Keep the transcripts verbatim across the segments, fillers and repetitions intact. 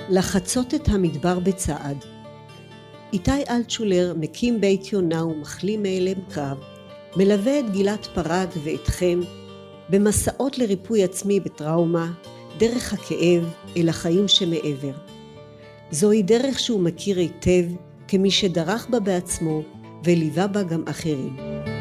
לחצות את המדבר בצעד. איתי אלטשולר מקים בית יונה ומחלים מאלם קרב, מלווה את גלעד פרד ואתכם במסעות לריפוי עצמי בטראומה, דרך הכאב אל החיים שמעבר. זוהי דרך שהוא מכיר היטב כמי שדרך בה בעצמו וליווה בה גם אחרים.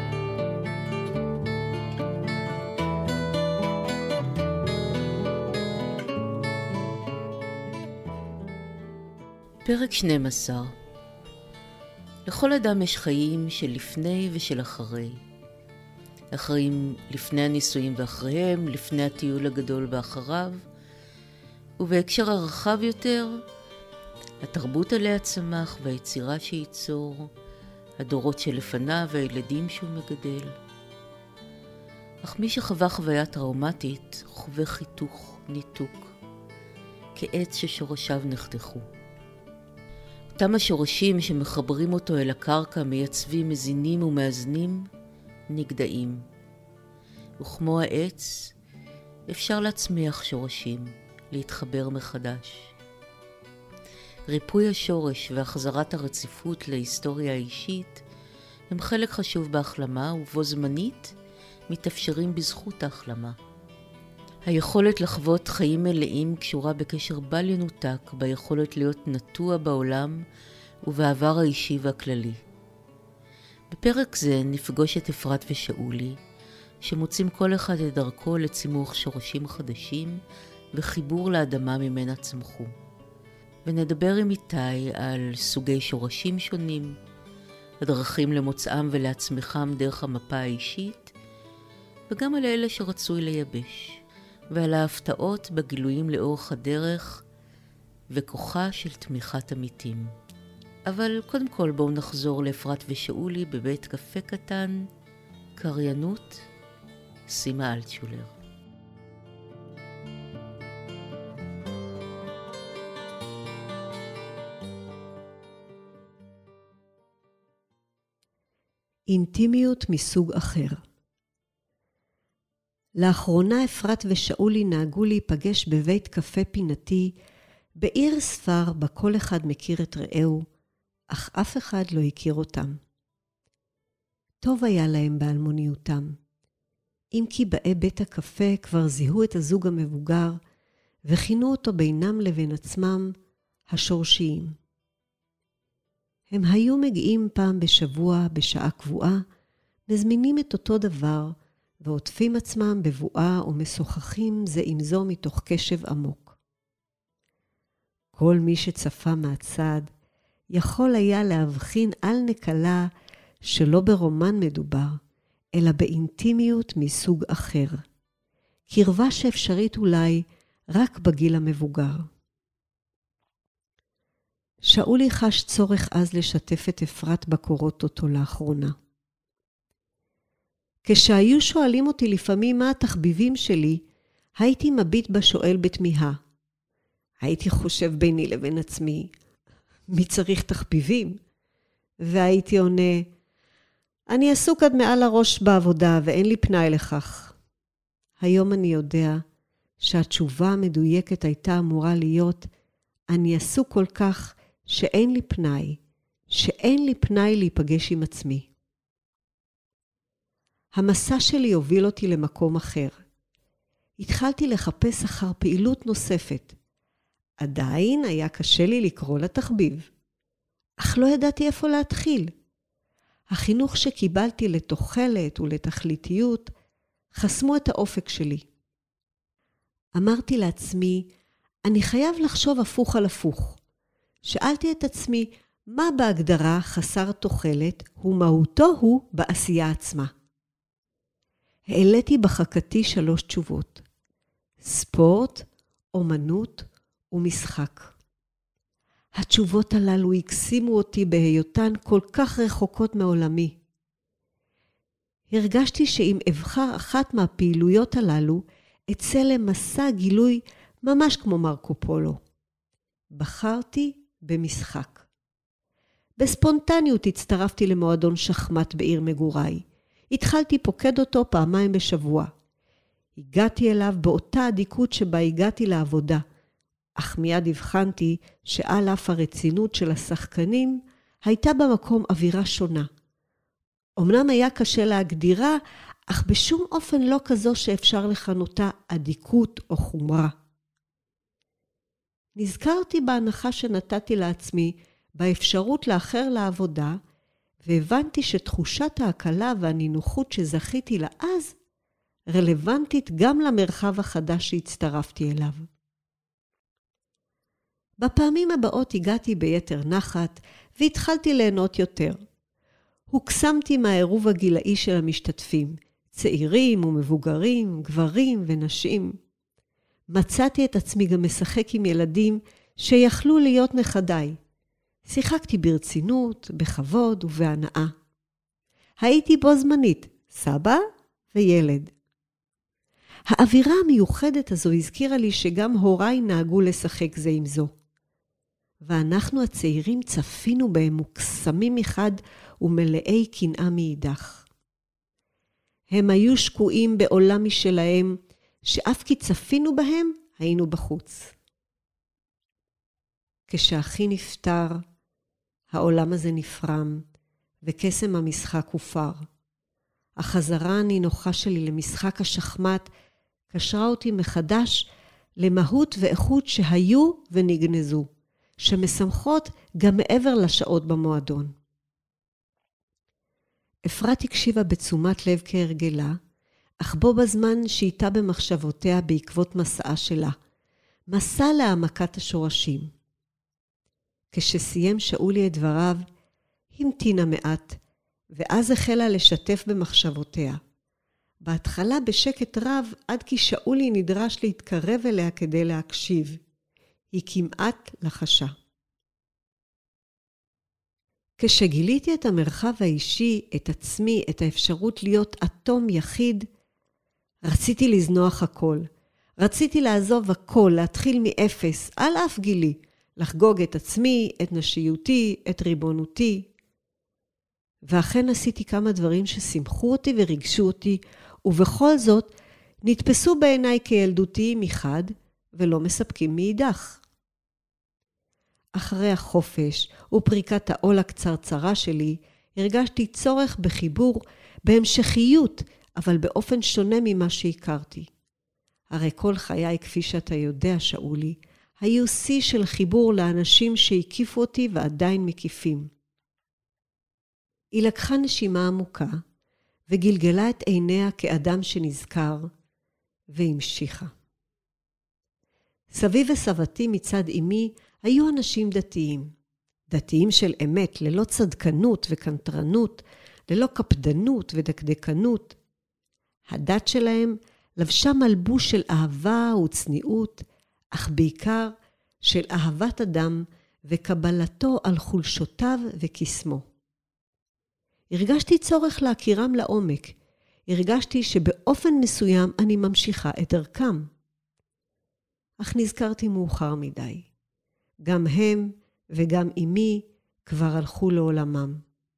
פרק שנים עשר. לכל אדם יש חיים של לפני ושל אחרי. החיים לפני הנישואים ואחריהם, לפני הטיול הגדול ואחריו, ובהקשר הרחב יותר, התרבות עליה צמח והיצירה שייצור, הדורות שלפניו והילדים שהוא מגדל. אך מי שחווה חוויה טראומטית חווה חיתוך, ניתוק, כעץ ששורשיו נחתכו. אותם השורשים שמחברים אותו אל הקרקע, מייצבים, מזינים ומאזנים, נגדעים. וכמו העץ, אפשר להצמיח שורשים, להתחבר מחדש. ריפוי השורש והחזרת הרציפות להיסטוריה האישית הם חלק חשוב בהחלמה, ובו זמנית מתאפשרים בזכות ההחלמה. היכולת לחוות חיים מלאים קשורה בקשר בל ינותק ביכולת להיות נטוע בעולם ובעבר האישי והכללי. בפרק זה נפגוש את אפרת ושאולי, שמוצאים כל אחד את דרכו לצימוח שורשים חדשים וחיבור לאדמה ממנה צמחו. ונדבר עם איתי על סוגי שורשים שונים, הדרכים למוצאם ולהצמיחם דרך המפה האישית, וגם על אלה שרצוי לייבש, ועל ההפתעות בגילויים לאורך הדרך וכוחה של תמיכת עמיתים. אבל קודם כל בואו נחזור לאפרת ושאולי בבית קפה קטן, קריינות, סימה אלטשולר. אינטימיות מסוג אחר. לאחרונה אפרת ושאולי נהגו להיפגש בבית קפה פינתי, בעיר ספר בה כל אחד מכיר את רעהו, אך אף אחד לא הכיר אותם. טוב היה להם באלמוניותם, אם כי באי בית הקפה כבר זיהו את הזוג המבוגר, וכינו אותו בינם לבין עצמם השורשיים. הם היו מגיעים פעם בשבוע בשעה קבועה, מזמינים את אותו דבר, ועוטפים עצמם בבואה ומשוחחים זה עם זו מתוך קשב עמוק. כל מי שצפה מהצד יכול היה להבחין על נקלה שלא ברומן מדובר, אלא באינטימיות מסוג אחר. קרבה שאפשרית אולי רק בגיל המבוגר. שאולי חש צורך אז לשתף את אפרת בקורות אותו לאחרונה. כשהיו שואלים אותי לפעמים מה התחביבים שלי, הייתי מביט בשואל בתמיהה. הייתי חושב ביני לבין עצמי, מי צריך תחביבים? והייתי עונה, אני עסוק עד מעל הראש בעבודה ואין לי פנאי לכך. היום אני יודע שהתשובה המדויקת הייתה אמורה להיות, אני עסוק כל כך שאין לי פנאי, שאין לי פנאי להיפגש עם עצמי. המסע שלי הוביל אותי למקום אחר. התחלתי לחפש אחר פעילות נוספת. עדיין היה קשה לי לקרוא לתחביב. אך לא ידעתי איפה להתחיל. החינוך שקיבלתי לתוחלת ולתכליתיות חסמו את האופק שלי. אמרתי לעצמי, אני חייב לחשוב הפוך על הפוך. שאלתי את עצמי, מה בהגדרה חסר תוחלת ומהותו הוא בעשייה עצמה? העליתי בחכתי שלוש תשובות. ספורט, אומנות ומשחק. התשובות הללו הקסימו אותי בהיותן כל כך רחוקות מעולמי. הרגשתי שאם אבחר אחת מהפעילויות הללו, אצא למסע גילוי ממש כמו מרקו פולו. בחרתי במשחק. בספונטניות הצטרפתי למועדון שחמט בעיר מגוריי. התחלתי פוקד אותו פעמיים בשבוע. הגעתי אליו באותה עדיקות שבה הגעתי לעבודה, אך מיד הבחנתי שעל אף הרצינות של השחקנים, הייתה במקום אווירה שונה. אמנם היה קשה להגדירה, אך בשום אופן לא כזו שאפשר לכנותה אדיקות או חומרה. נזכרתי בהנחה שנתתי לעצמי באפשרות לאחר לעבודה, והבנתי שתחושת ההקלה והנינוחות שזכיתי לה אז, רלוונטית גם למרחב החדש שהצטרפתי אליו. בפעמים הבאות הגעתי ביתר נחת, והתחלתי ליהנות יותר. הוקסמתי מהעירוב הגילאי של המשתתפים, צעירים ומבוגרים, גברים ונשים. מצאתי את עצמי גם משחק עם ילדים שיכלו להיות נכדיי. שיחקתי ברצינות, בכבוד ובהנאה. הייתי בו זמנית, סבא וילד. האווירה המיוחדת הזו הזכירה לי שגם הוריי נהגו לשחק זה עם זו. ואנחנו הצעירים צפינו בהם מוקסמים אחד ומלאי קנאה מאידך. הם היו שקועים בעולם משלהם, שאף כי צפינו בהם, היינו בחוץ. כשאחי נפטר, העולם הזה נפרם, וקסם המשחק הופר. החזרה הנינוחה שלי למשחק השחמט, קשרה אותי מחדש למהות ואיכות שהיו ונגנזו, שמשמחות גם מעבר לשעות במועדון. אפרת הקשיבה בתשומת לב כהרגלה, אך בו בזמן שהייתה במחשבותיה בעקבות מסעה שלה, מסע להעמקת השורשים. כשסיים שאולי את דבריו, המתינה מעט, ואז החלה לשתף במחשבותיה. בהתחלה בשקט רב, עד כי שאולי נדרש להתקרב אליה כדי להקשיב. היא כמעט לחשה. כשגיליתי את המרחב האישי, את עצמי, את האפשרות להיות אטום יחיד, רציתי לזנוח הכל. רציתי לעזוב הכל, להתחיל מאפס, על אף גילי, לחגוג את עצמי, את נשיותי, את ריבונותי. ואכן עשיתי כמה דברים ששימחו אותי ורגשו אותי, ובכל זאת נתפסו בעיניי כילדותיים מחד, ולא מספקים מאידך. אחרי החופש ופריקת העול הקצרצרה שלי, הרגשתי צורך בחיבור, בהמשכיות, אבל באופן שונה ממה שהכרתי. הרי כל חיי, כפי שאתה יודע, שאולי, היו שיא של חיבור לאנשים שהקיפו אותי ועדיין מקיפים. היא לקחה נשימה עמוקה, וגלגלה את עיניה כאדם שנזכר, והמשיכה. סבי וסבתי מצד אמי היו אנשים דתיים. דתיים של אמת, ללא צדקנות וקנטרנות, ללא קפדנות ודקדקנות. הדת שלהם לבשה מלבוש של אהבה וצניעות, אך בעיקר של אהבת אדם וקבלתו על חולשותיו וקסמו. הרגשתי צורך להכירם לעומק. הרגשתי שבאופן מסוים אני ממשיכה את דרכם. אך נזכרתי מאוחר מדי. גם הם וגם אמי כבר הלכו לעולמם.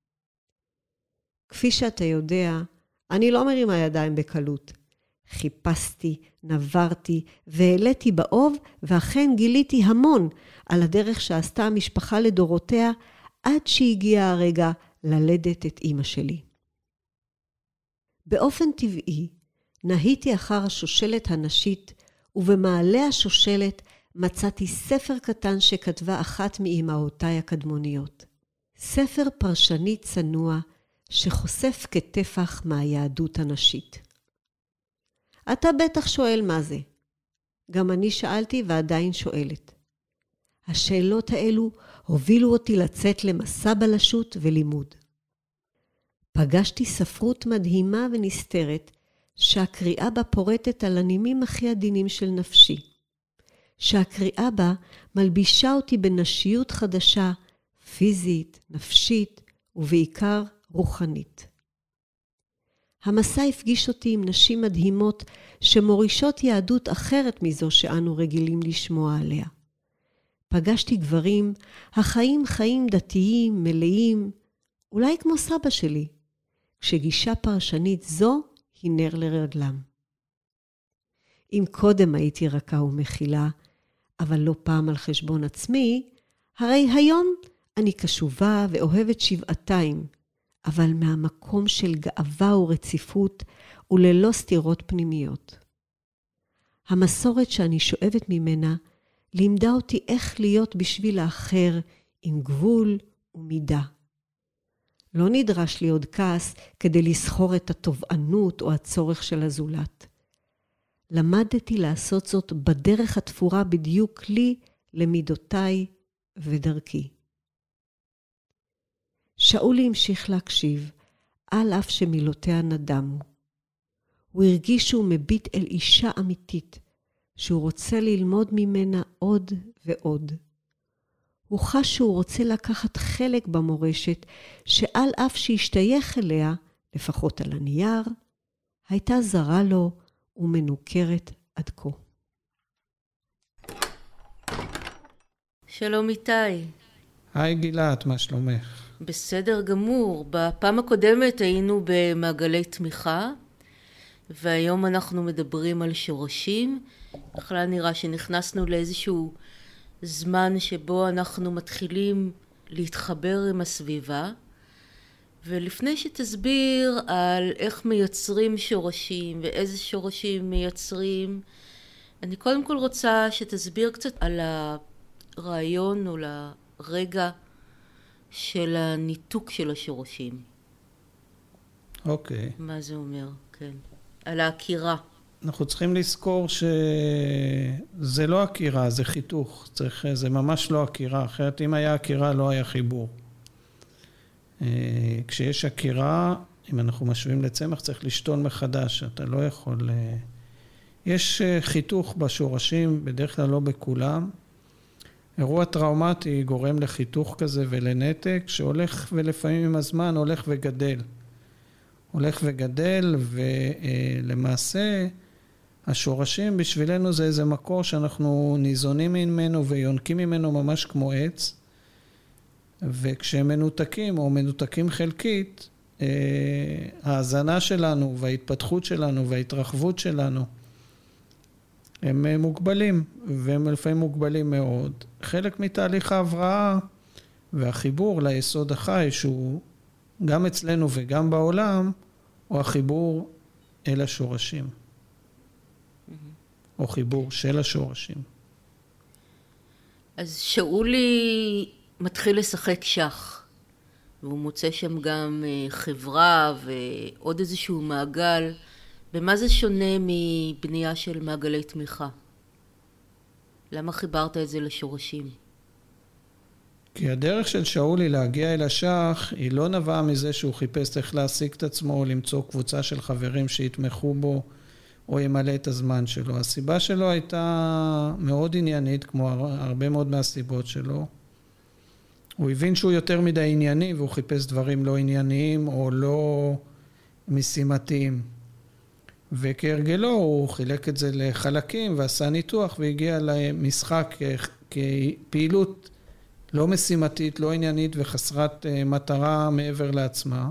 כפי שאתה יודע, אני לא מרימה ידיים בקלות. חיפשתי, נברתי והעליתי באוב, ואכן גיליתי המון על הדרך שעשתה המשפחה לדורותיה, עד שהגיע הרגע ללדת את אמא שלי. באופן טבעי, נהיתי אחר השושלת הנשית, ובמעלה השושלת מצאתי ספר קטן שכתבה אחת מאמהותיי הקדמוניות. ספר פרשני צנוע שחושף כטפח מהיהדות הנשית. אתה בטח שואל מה זה. גם אני שאלתי ועדיין שואלת. השאלות האלו הובילו אותי לצאת למסע בלשות ולימוד. פגשתי ספרות מדהימה ונסתרת, שהקריאה בה פורטת על הנימים הכי עדינים של נפשי. שהקריאה בה מלבישה אותי בנשיות חדשה, פיזית, נפשית ובעיקר רוחנית. המסע הפגיש אותי עם נשים מדהימות שמורישות יהדות אחרת מזו שאנו רגילים לשמוע עליה. פגשתי גברים החיים חיים דתיים, מלאים, אולי כמו סבא שלי, כשגישה פרשנית זו היא נר לרגלם. אם קודם הייתי רכה ומכילה, אבל לא פעם על חשבון עצמי, הרי היום אני קשובה ואוהבת שבעתיים, אבל מהמקום של גאווה ורציפות וללא סתירות פנימיות. המסורת שאני שואבת ממנה לימדה אותי איך להיות בשביל האחר עם גבול ומידה. לא נדרש לי עוד כעס כדי לסחור את התובענות או הצורך של הזולת. למדתי לעשות זאת בדרך התפורה בדיוק לי, למידותיי ודרכי. שאולי המשיך להקשיב, על אף שמילותיה נדמו. הוא הרגיש שהוא מביט אל אישה אמיתית, שהוא רוצה ללמוד ממנה עוד ועוד. הוא חש שהוא רוצה לקחת חלק במורשת, שעל אף שהשתייך אליה, לפחות על הנייר, הייתה זרה לו ומנוכרת עד כה. שלום איתי. היי גילת, מה שלומך? בסדר גמור. בפעם הקודמת היינו במעגלי תמיכה, והיום אנחנו מדברים על שורשים. בכלל נראה שנכנסנו לאיזשהו זמן שבו אנחנו מתחילים להתחבר עם הסביבה. ולפני שתסביר על איך מייצרים שורשים ואיזה שורשים מייצרים, אני קודם כל רוצה שתסביר קצת על הרעיון או לרגע של הניתוק של השורשים. אוקיי. מה זה אומר? כן. על ההכירה. אנחנו צריכים לזכור שזה לא הכירה, זה חיתוך. צריך, זה ממש לא הכירה. אחרת אם היה הכירה לא היה חיבור. כשיש הכירה, אם אנחנו משווים לצמח, צריך לשתול מחדש. אתה לא יכול... יש חיתוך בשורשים, בדרך כלל לא בכולם. אירוע טראומטי גורם לחיתוך כזה ולנתק, שהולך ולפעמים עם הזמן הולך וגדל. הולך וגדל, ולמעשה השורשים בשבילנו זה איזה מקור שאנחנו ניזונים ממנו ויונקים ממנו ממש כמו עץ, וכשהם מנותקים או מנותקים חלקית, ההזנה שלנו וההתפתחות שלנו וההתרחבות שלנו, הם מוגבלים, והם לפעמים מוגבלים מאוד. חלק מתהליך ההבראה והחיבור ליסוד החי, שהוא גם אצלנו וגם בעולם, הוא החיבור אל השורשים. Mm-hmm. או חיבור של השורשים. אז שאולי מתחיל לשחק שח, והוא מוצא שם גם חברה ועוד איזשהו מעגל. במה זה שונה מבנייה של מעגלי תמיכה? למה חיברת את זה לשורשים? כי הדרך של שאולי להגיע אל השח היא לא נבעה מזה שהוא חיפש איך להשיג את עצמו או למצוא קבוצה של חברים שיתמכו בו או ימלא את הזמן שלו. הסיבה שלו הייתה מאוד עניינית, כמו הרבה מאוד מהסיבות שלו. הוא הבין שהוא יותר מדי ענייני והוא חיפש דברים לא ענייניים או לא משימתיים. וכהרגלו הוא חילק את זה לחלקים ועשה ניתוח והגיע למשחק כפעילות לא משימתית, לא עניינית וחסרת מטרה מעבר לעצמה.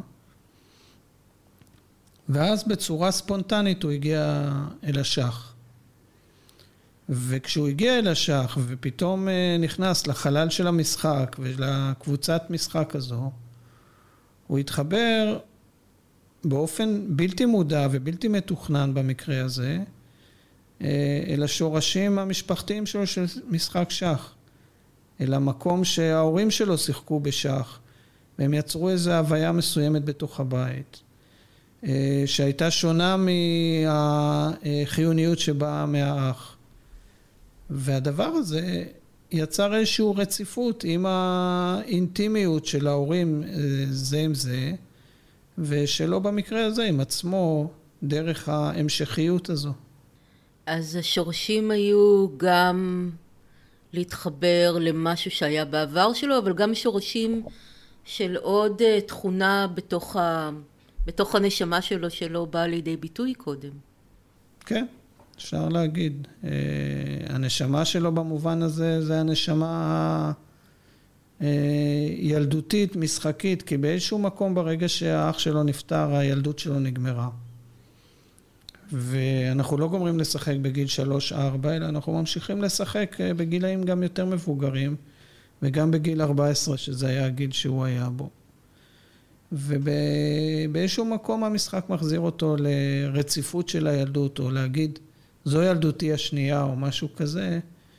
ואז בצורה ספונטנית הוא הגיע אל השח. וכשהוא הגיע אל השח ופתאום נכנס לחלל של המשחק ולקבוצת משחק הזו, הוא התחבר באופן בלתי מודע ובלתי מתוכנן במקרה הזה, אל השורשים המשפחתיים שלו של משחק שח. אל המקום שההורים שלו שיחקו בשח, והם יצרו איזו הוויה מסוימת בתוך הבית, שהייתה שונה מהחיוניות שבאה מהאח. והדבר הזה יצר איזושהי רציפות עם האינטימיות של ההורים זה עם זה, ושלא במקרה הזה עם עצמו דרך ההמשכיות הזו. אז השורשים היו גם להתחבר למשהו שהיה בעבר שלו, אבל גם שורשים של עוד תכונה בתוך, ה... בתוך הנשמה שלו שלא באה לידי ביטוי קודם. כן, אפשר להגיד. הנשמה שלו במובן הזה זה הנשמה ילדותית, משחקית, כי באיזשהו מקום ברגע שהאח שלו נפטר, הילדות שלו נגמרה. ואנחנו לא גומרים לשחק בגיל שלוש ארבע, אלא אנחנו ממשיכים לשחק בגילאים גם יותר מבוגרים, וגם בגיל ארבע עשרה, שזה היה הגיל שהוא היה בו. ובאיזשהו מקום המשחק מחזיר אותו לרציפות של הילדות, או להגיד, זו ילדותי השנייה, או משהו כזה,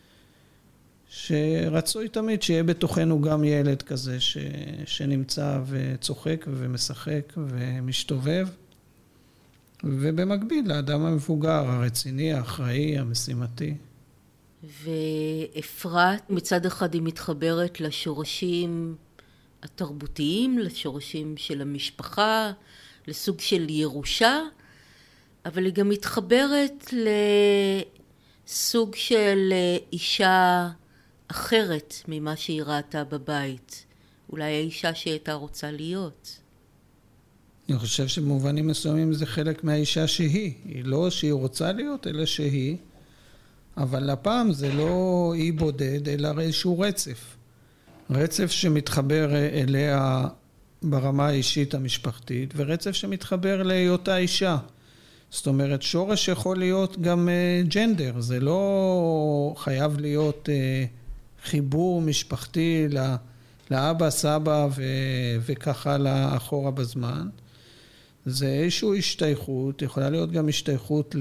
שרצוי תמיד שיהיה בתוכנו גם ילד כזה, ש... שנמצא וצוחק ומשחק ומשתובב, ובמקביל לאדם המבוגר, הרציני, האחראי, המשימתי. ואפרת, מצד אחד היא מתחברת לשורשים התרבותיים, לשורשים של המשפחה, לסוג של ירושה, אבל היא גם מתחברת לסוג של אישה אחרת ממה שהיא ראתה בבית. אולי האישה שהיא הייתה רוצה להיות. אני חושב שבמובנים מסוימים זה חלק מהאישה שהיא. היא לא שהיא רוצה להיות, אלא שהיא. אבל הפעם זה לא אי בודד, אלא איזשהו רצף. רצף שמתחבר אליה ברמה האישית המשפחתית, ורצף שמתחבר להיותה אישה. זאת אומרת, שורש יכול להיות גם ג'נדר. זה לא חייב להיות חיבור משפחתי לאבא, סבא ו... וככה לאחורה בזמן. זה איזושהי השתייכות, יכולה להיות גם השתייכות ל...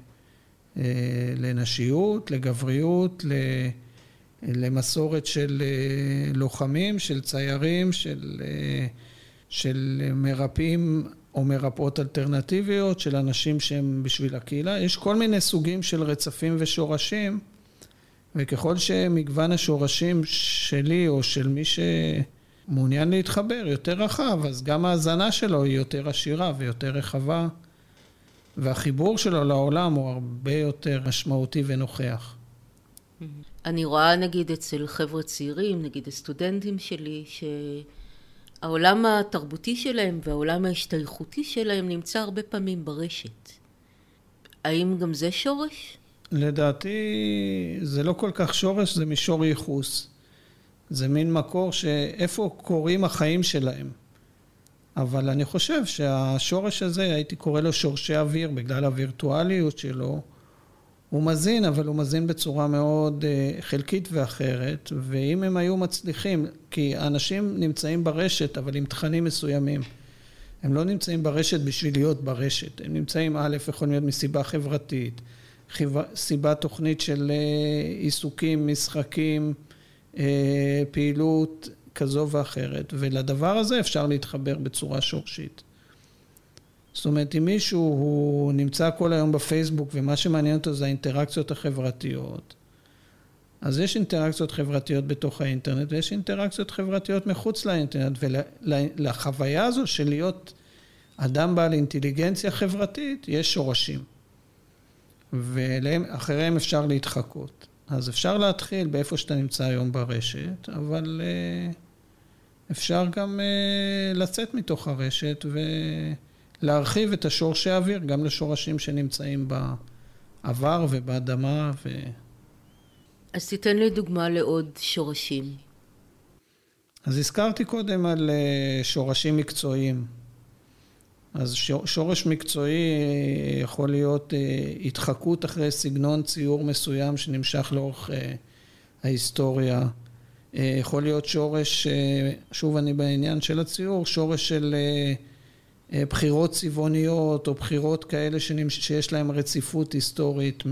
לנשיות, לגבריות, למסורת של לוחמים, של ציירים, של, של מרפאים או מרפאות אלטרנטיביות, של אנשים שהם בשביל הקהילה. יש כל מיני סוגים של רצפים ושורשים, וככל שמגוון השורשים שלי או של מי שמעוניין להתחבר יותר רחב, אז גם ההזנה שלו היא יותר עשירה ויותר רחבה, והחיבור שלו לעולם הוא הרבה יותר משמעותי ונוכח. אני רואה נגיד אצל חבר'ה צעירים, נגיד הסטודנטים שלי, שהעולם התרבותי שלהם והעולם ההשתייכותי שלהם נמצא הרבה פעמים ברשת. האם גם זה שורש? לדעתי זה לא כל כך שורש, זה מישור ייחוס. זה מין מקור שאיפה קורים החיים שלהם. אבל אני חושב שהשורש הזה, הייתי קורא לו שורשי אוויר, בגלל הווירטואליות שלו, הוא מזין, אבל הוא מזין בצורה מאוד חלקית ואחרת, ואם הם היו מצליחים, כי האנשים נמצאים ברשת, אבל עם תכנים מסוימים, הם לא נמצאים ברשת בשביל להיות ברשת, הם נמצאים א', יכולים להיות מסיבה חברתית, סיבה תוכנית של עיסוקים, משחקים, פעילות כזו ואחרת, ולדבר הזה אפשר להתחבר בצורה שורשית. זאת אומרת, אם מישהו הוא נמצא כל היום בפייסבוק, ומה שמעניין אותו זה האינטראקציות החברתיות, אז יש אינטראקציות חברתיות בתוך האינטרנט, ויש אינטראקציות חברתיות מחוץ לאינטרנט, ולחוויה הזו של להיות אדם בעל אינטליגנציה חברתית, יש שורשים. ואחריהם אפשר להתחקות. אז אפשר להתחיל באיפה שאתה נמצא היום ברשת, אבל אפשר גם לצאת מתוך הרשת ולהרחיב את השורשי האוויר, גם לשורשים שנמצאים בעבר ובאדמה. ו... אז תיתן לי דוגמה לעוד שורשים. אז הזכרתי קודם על שורשים מקצועיים. אז שורש מקצועי יכול להיות התחקות אחרי סגנון ציור מסוים שנמשך לאורך ההיסטוריה. יכול להיות שורש, שוב אני בעניין של הציור, שורש של בחירות צבעוניות או בחירות כאלה שיש להם רציפות היסטורית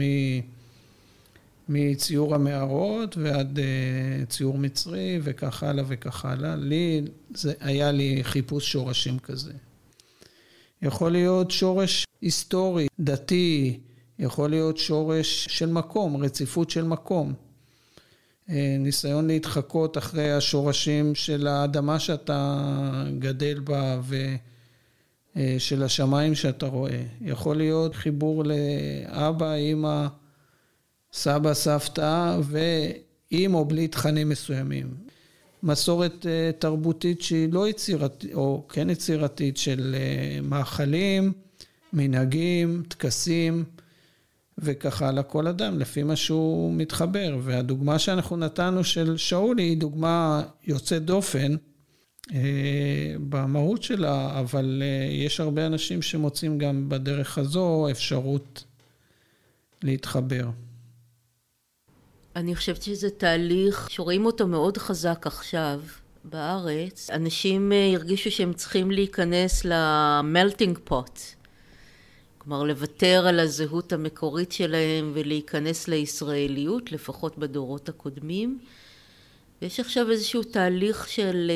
מציור המערות ועד ציור מצרי וכך הלאה וכך הלאה. לי, זה היה לי חיפוש שורשים כזה. יכול להיות שורש היסטורי, דתי, יכול להיות שורש של מקום, רציפות של מקום. ניסיון להתחקות אחרי השורשים של האדמה שאתה גדל בה ושל השמיים שאתה רואה. יכול להיות חיבור לאבא, אמא, סבא, סבתא ועם או בלי תכנים מסוימים. מסורת תרבותית שהיא לא יצירתית, או כן יצירתית, של מאכלים, מנהגים, טקסים, וככה לכל אדם, לפי מה שהוא מתחבר. והדוגמה שאנחנו נתנו של שאולי היא דוגמה יוצאת דופן, במהות שלה, אבל יש הרבה אנשים שמוצאים גם בדרך הזו אפשרות להתחבר. אני חושבת שזה תהליך שרואים אותו מאוד חזק עכשיו בארץ. אנשים הרגישו שהם צריכים להיכנס למלטינג פוט, כלומר לוותר על הזהות המקורית שלהם ולהיכנס לישראליות, לפחות בדורות הקודמים. ויש עכשיו איזשהו תהליך של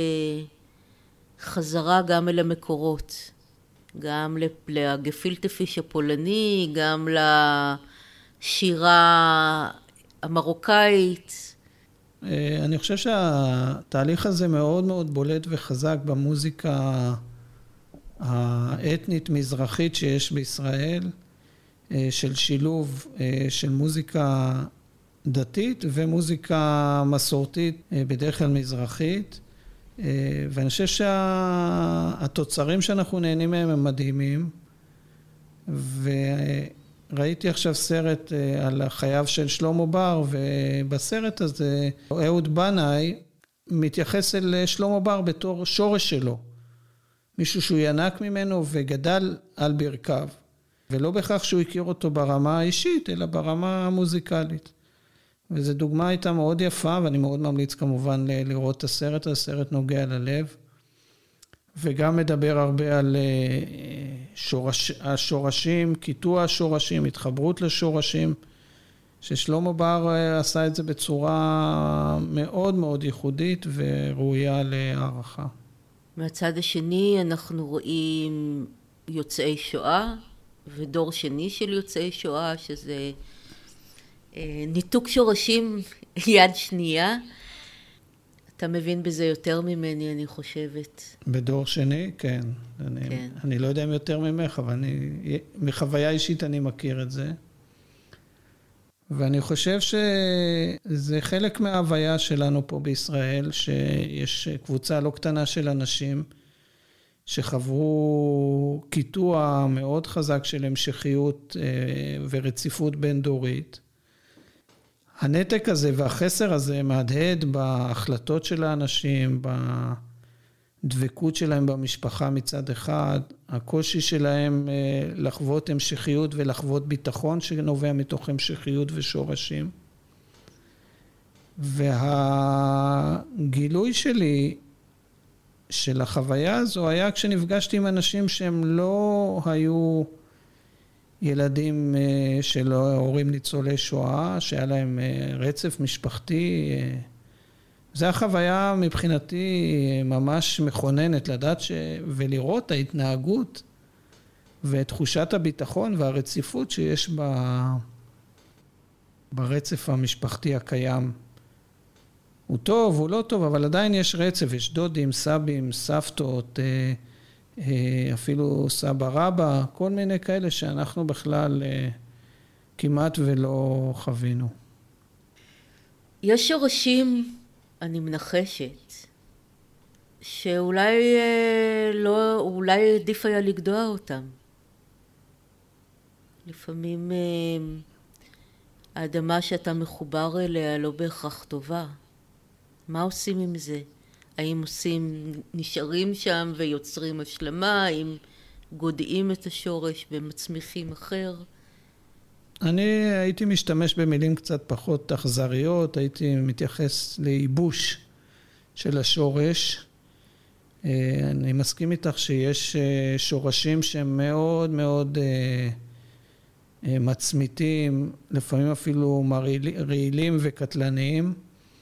חזרה גם אל המקורות, גם לגפילטפיש הפולני, גם לשירה המרוקאית. אני חושב שהתהליך הזה מאוד מאוד בולט וחזק במוזיקה האתנית מזרחית שיש בישראל, של שילוב של מוזיקה דתית ומוזיקה מסורתית, בדרך כלל מזרחית. ואני חושב שהתוצרים שאנחנו נהנים מהם הם מדהימים. וראיתי עכשיו סרט על חייו של שלמה בר, ובסרט הזה אהוד בנאי מתייחס אל שלמה בר בתור שורש שלו. מישהו שהוא ינק ממנו וגדל על ברכיו. ולא בכך שהוא הכיר אותו ברמה האישית, אלא ברמה המוזיקלית. וזו דוגמה הייתה מאוד יפה, ואני מאוד ממליץ כמובן לראות את הסרט, הסרט נוגע ללב, וגם מדבר הרבה על שורש, השורשים, קיטוע השורשים, התחברות לשורשים, ששלמה בר עשה את זה בצורה מאוד מאוד ייחודית וראויה להערכה. מהצד השני אנחנו רואים יוצאי שואה, ודור שני של יוצאי שואה, שזה ניתוק שורשים יד שנייה. אתה מבין בזה יותר ממני, אני חושבת. בדור שני, כן. אני, כן. אני לא יודע אם יותר ממך, אבל אני, מחוויה אישית אני מכיר את זה. ואני חושב שזה חלק מההוויה שלנו פה בישראל, שיש קבוצה לא קטנה של אנשים שחברו קיטוע מאוד חזק של המשכיות ורציפות בין דורית. הנתק הזה והחסר הזה מהדהד בהחלטות של האנשים, בדבקות שלהם במשפחה מצד אחד, הקושי שלהם לחוות המשכיות ולחוות ביטחון שנובע מתוך המשכיות ושורשים. והגילוי שלי של החוויה הזו היה כשנפגשתי עם אנשים שהם לא היו ילדים של הורים ניצולי שואה, שהיה להם רצף משפחתי. זו החוויה מבחינתי ממש מכוננת, לדעת ש... ולראות ההתנהגות ואת תחושת הביטחון והרציפות שיש ב... ברצף המשפחתי הקיים. הוא טוב, הוא לא טוב, אבל עדיין יש רצף, יש דודים, סבים, סבתות, אפילו סבא רבא, כל מיני כאלה שאנחנו בכלל כמעט ולא חווינו. יש שורשים, אני מנחשת, שאולי לא, אולי עדיף היה לגדוע אותם. לפעמים האדמה שאתה מחובר אליה לא בהכרח טובה. מה עושים עם זה? האם עושים, נשארים שם ויוצרים השלמה? האם גודעים את השורש ומצמיחים אחר? אני הייתי משתמש במילים קצת פחות אכזריות, הייתי מתייחס לייבוש של השורש. אני מסכים איתך שיש שורשים שהם מאוד מאוד מצמיתים, לפעמים אפילו רעילים וקטלניים,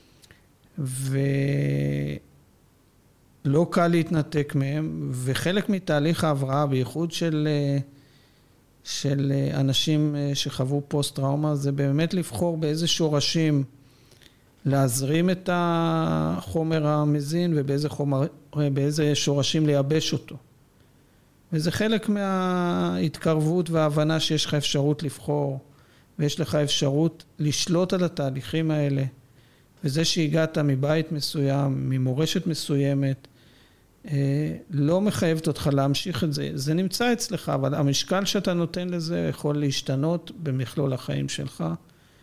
ולא קל להתנתק מהם, וחלק מתהליך ההבראה, בייחוד של, של אנשים שחוו פוסט-טראומה, זה באמת לבחור באיזה שורשים להזרים את החומר המזין, ובאיזה חומר, באיזה שורשים לייבש אותו. וזה חלק מההתקרבות וההבנה שיש לך אפשרות לבחור, ויש לך אפשרות לשלוט על התהליכים האלה. וזה שהגעת מבית מסוים, ממורשת מסוימת, לא מחייבת אותך להמשיך את זה. זה נמצא אצלך, אבל המשקל שאתה נותן לזה יכול להשתנות במכלול החיים שלך.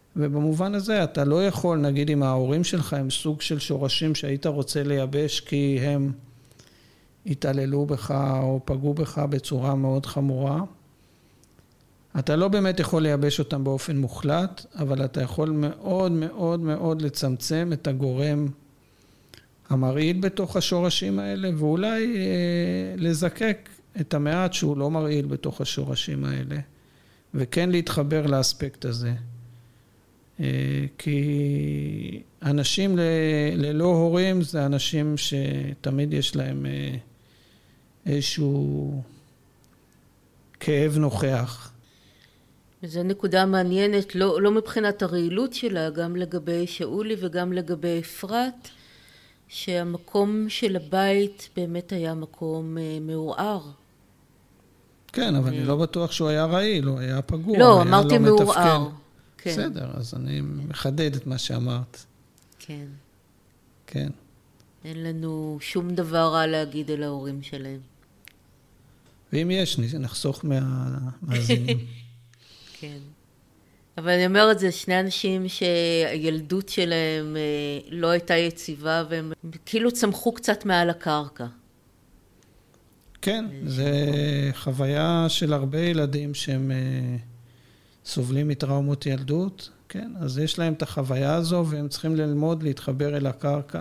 ובמובן הזה אתה לא יכול, נגיד אם ההורים שלך הם סוג של שורשים שהיית רוצה לייבש כי הם התעללו בך או פגעו בך בצורה מאוד חמורה, אתה לא באמת יכול לייבש אותם באופן מוחלט, אבל אתה יכול מאוד מאוד מאוד לצמצם את הגורם המרעיל בתוך השורשים האלה, ואולי אה, לזקק את המעט שהוא לא מרעיל בתוך השורשים האלה, וכן להתחבר לאספקט הזה. אה, כי אנשים ל, ללא הורים זה אנשים שתמיד יש להם אה, איזשהו כאב נוכח. וזו נקודה מעניינת, לא, לא מבחינת הרעילות שלה, גם לגבי שאולי וגם לגבי אפרת, שהמקום של הבית באמת היה מקום אה, מעורער. כן, אבל אני לא בטוח שהוא היה רעיל, הוא היה פגוע. לא, אמרתי מעורער. כן. בסדר, אז אני מחדד את מה שאמרת. כן. כן. אין לנו שום דבר רע להגיד על ההורים שלהם. ואם יש, נחסוך מהמאזינים. כן. אבל אני אומרת, זה שני אנשים שהילדות שלהם לא הייתה יציבה, והם כאילו צמחו קצת מעל הקרקע. כן, זה חוויה של הרבה ילדים שהם סובלים מטראומות ילדות, כן, אז יש להם את החוויה הזו, והם צריכים ללמוד להתחבר אל הקרקע,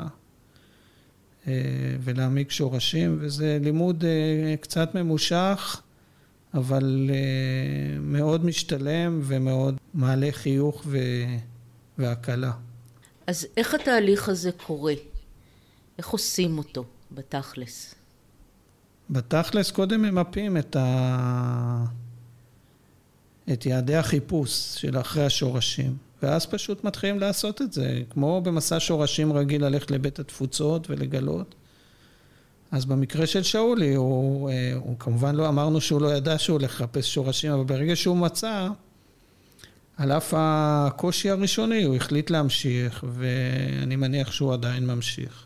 ולהעמיק שורשים, וזה לימוד קצת ממושך, אבל מאוד משתלם ומאוד מעלה חיוך והקלה. אז איך התהליך הזה קורה? איך עושים אותו בתכלס? בתכלס קודם ממפים את, ה... את יעדי החיפוש של אחרי השורשים, ואז פשוט מתחילים לעשות את זה, כמו במסע שורשים רגיל ללכת לבית התפוצות ולגלות. אז במקרה של שאולי, הוא, הוא כמובן לא אמרנו שהוא לא ידע שהוא הולך לחפש שורשים, אבל ברגע שהוא מצא, על אף הקושי הראשוני, הוא החליט להמשיך, ואני מניח שהוא עדיין ממשיך.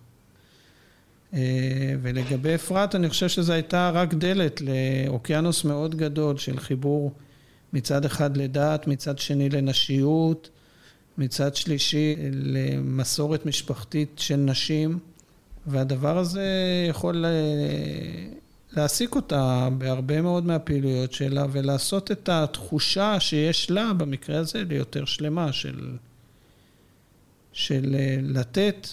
ולגבי אפרת, אני חושב שזו הייתה רק דלת לאוקיינוס מאוד גדול של חיבור מצד אחד לדת, מצד שני לנשיות, מצד שלישי למסורת משפחתית של נשים, והדבר הזה יכול להעסיק אותה בהרבה מאוד מהפעילויות שלה, ולעשות את התחושה שיש לה במקרה הזה ליותר שלמה של, של לתת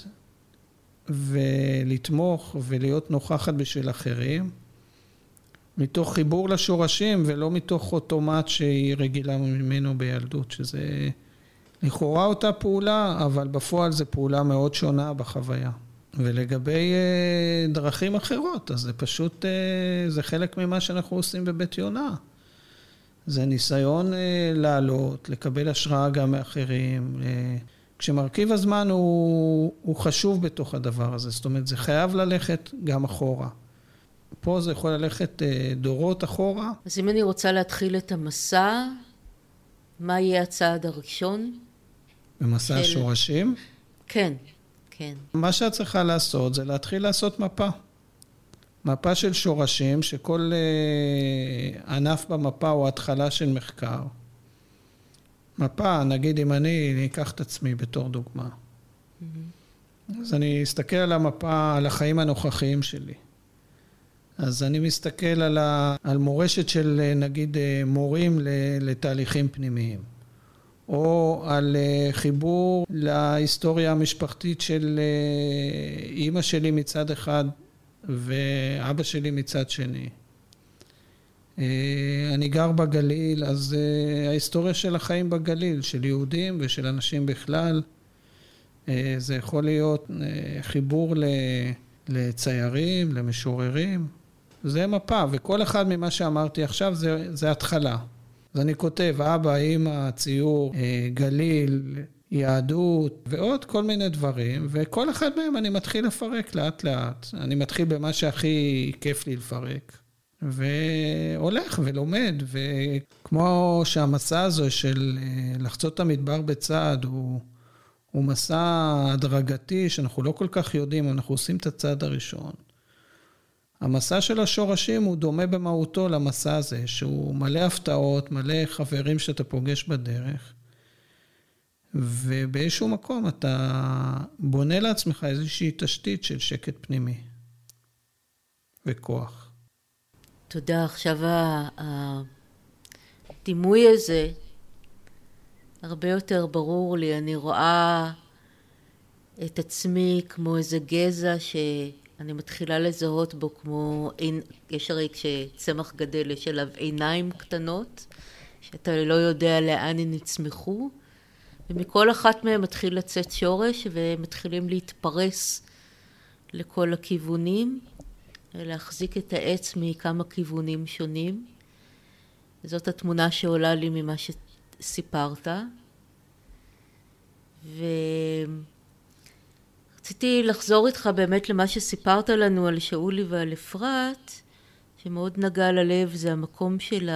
ולתמוך ולהיות נוכחת בשביל אחרים, מתוך חיבור לשורשים ולא מתוך אוטומט שהיא רגילה ממנו בילדות, שזה לכאורה אותה פעולה, אבל בפועל זה פעולה מאוד שונה בחוויה. ולגבי דרכים אחרות, אז זה פשוט, זה חלק ממה שאנחנו עושים בבית יונה. זה ניסיון לעלות, לקבל השראה גם מאחרים. כשמרכיב הזמן הוא, הוא חשוב בתוך הדבר הזה, זאת אומרת, זה חייב ללכת גם אחורה. פה זה יכול ללכת דורות אחורה. אז אם אני רוצה להתחיל את המסע, מה יהיה הצעד הראשון? במסע של... השורשים? כן. כן. מה שאת צריכה לעשות זה להתחיל לעשות מפה. מפה של שורשים, שכל אה, ענף במפה הוא התחלה של מחקר. מפה, נגיד אם אני, אני אקח את עצמי בתור דוגמה. Mm-hmm. אז אני אסתכל על המפה, על החיים הנוכחיים שלי. אז אני מסתכל על, ה, על מורשת של נגיד מורים לתהליכים פנימיים. או על חיבור להיסטוריה המשפחתית של אמא שלי מצד אחד ואבא שלי מצד שני. אני גר בגליל, אז ההיסטוריה של החיים בגליל, של יהודים ושל אנשים בכלל, זה יכול להיות חיבור לציירים, למשוררים. זה מפה, וכל אחד ממה שאמרתי עכשיו זה, זה התחלה. אז אני כותב, אבא, אמא, ציור, גליל, יהדות, ועוד כל מיני דברים, וכל אחד מהם אני מתחיל לפרק לאט לאט. אני מתחיל במה שהכי כיף לי לפרק, והולך ולומד, וכמו שהמסע הזה של לחצות את המדבר בצעד, הוא, הוא מסע הדרגתי, שאנחנו לא כל כך יודעים, אנחנו עושים את הצעד הראשון. המסע של השורשים הוא דומה במהותו למסע הזה, שהוא מלא הפתעות, מלא חברים שאתה פוגש בדרך, ובאיזשהו מקום אתה בונה לעצמך איזושהי תשתית של שקט פנימי וכוח. תודה. עכשיו הדימוי הזה הרבה יותר ברור לי. אני רואה את עצמי כמו איזה גזע שאני מתחילה לזהות בו כמו, יש הרי כשצמח גדל יש עליו עיניים קטנות, שאתה לא יודע לאן הן נצמחו, ומכל אחת מהן מתחיל לצאת שורש ומתחילים להתפרס לכל הכיוונים, להחזיק את העץ מכמה כיוונים שונים. זאת התמונה שעולה לי ממה שסיפרת. ורציתי לחזור איתך באמת למה שסיפרת לנו על שאולי ועל אפרת, שמאוד נגע ללב, זה המקום של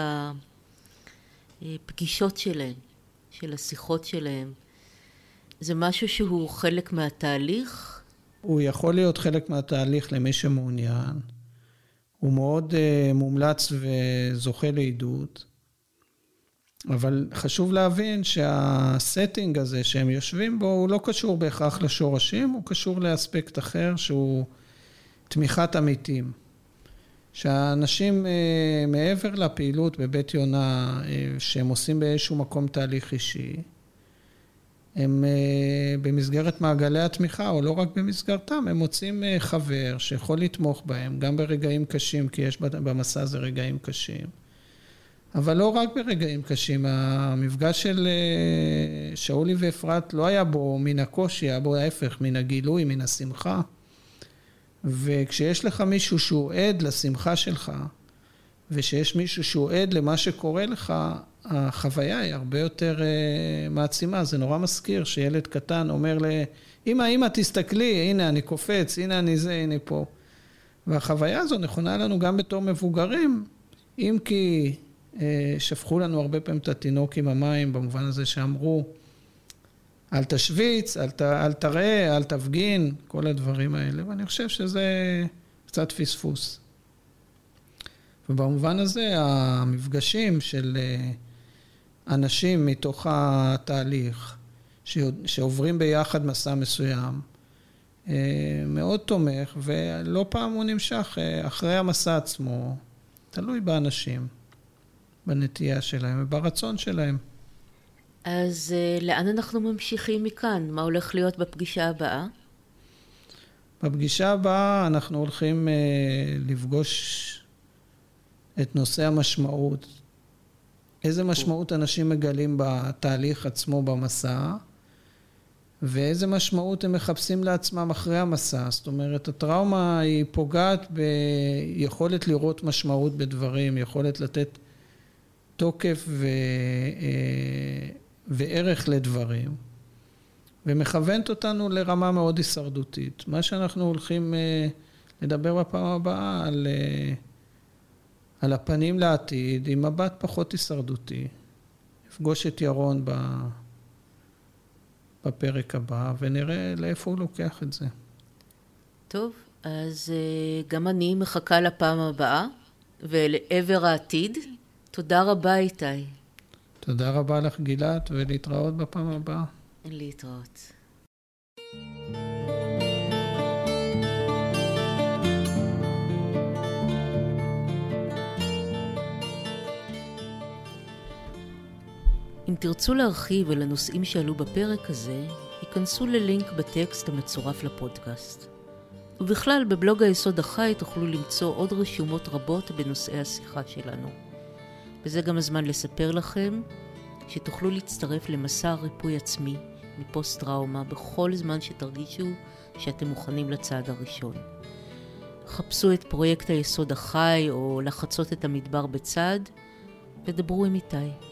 הפגישות שלהם, של השיחות שלהם. זה משהו שהוא חלק מהתהליך? הוא יכול להיות חלק מהתהליך למי שמעוניין. הוא מאוד uh, מומלץ וזוכה לעידוד. אבל חשוב להבין שהסטינג הזה שהם יושבים בו, הוא לא קשור בהכרח לשורשים, הוא קשור לאספקט אחר שהוא תמיכת עמיתים. שהאנשים uh, מעבר לפעילות בבית יונה, uh, שהם עושים באיזשהו מקום תהליך אישי, הם במסגרת מעגלי התמיכה, או לא רק במסגרתם, הם מוצאים חבר שיכול לתמוך בהם, גם ברגעים קשים, כי יש במסע הזה רגעים קשים. אבל לא רק ברגעים קשים, המפגש של שאולי ואפרת לא היה בו מן הקושי, היה בו ההפך, מן הגילוי, מן השמחה. וכשיש לך מישהו שהוא עד לשמחה שלך, ושיש מישהו שהוא עד למה שקורה לך, החוויה היא הרבה יותר uh, מעצימה. זה נורא מזכיר שילד קטן אומר ל... אמא, אמא, תסתכלי, הנה אני קופץ, הנה אני זה, הנה פה. והחוויה הזו נכונה לנו גם בתור מבוגרים, אם כי uh, שפכו לנו הרבה פעמים את התינוק עם המים, במובן הזה שאמרו, אל תשוויץ, אל, ת, אל תראה, אל תפגין, כל הדברים האלה. ואני חושב שזה קצת פספוס. ובמובן הזה, המפגשים של אנשים מתוך התהליך, שעוברים ביחד מסע מסוים, מאוד תומך, ולא פעם הוא נמשך אחרי המסע עצמו, תלוי באנשים, בנטייה שלהם וברצון שלהם. אז לאן אנחנו ממשיכים מכאן? מה הולך להיות בפגישה הבאה? בפגישה הבאה אנחנו הולכים לפגוש את נושא המשמעות. איזה משמעות אנשים מגלים בתהליך עצמו במסע, ואיזה משמעות הם מחפשים לעצמם אחרי המסע. זאת אומרת, הטראומה היא פוגעת ביכולת לראות משמעות בדברים, יכולת לתת תוקף ו... וערך לדברים, ומכוונת אותנו לרמה מאוד הישרדותית. מה שאנחנו הולכים לדבר בפעם הבאה על... על הפנים לעתיד, עם מבט פחות הישרדותי. נפגוש את ירון בפרק הבא, ונראה לאיפה הוא לוקח את זה. טוב, אז גם אני מחכה לפעם הבאה, ולעבר העתיד. תודה רבה, איתי. תודה רבה לך, גילת, ולהתראות בפעם הבאה. להתראות. אם תרצו להרחיב על הנושאים שעלו בפרק הזה, היכנסו ללינק בטקסט המצורף לפודקאסט. ובכלל, בבלוג היסוד החי תוכלו למצוא עוד רשומות רבות בנושאי השיחה שלנו. וזה גם הזמן לספר לכם שתוכלו להצטרף למסע ריפוי עצמי מפוסט-טראומה בכל זמן שתרגישו שאתם מוכנים לצעד הראשון. חפשו את פרויקט היסוד החי או לחצות את המדבר בצד ודברו עם איתי.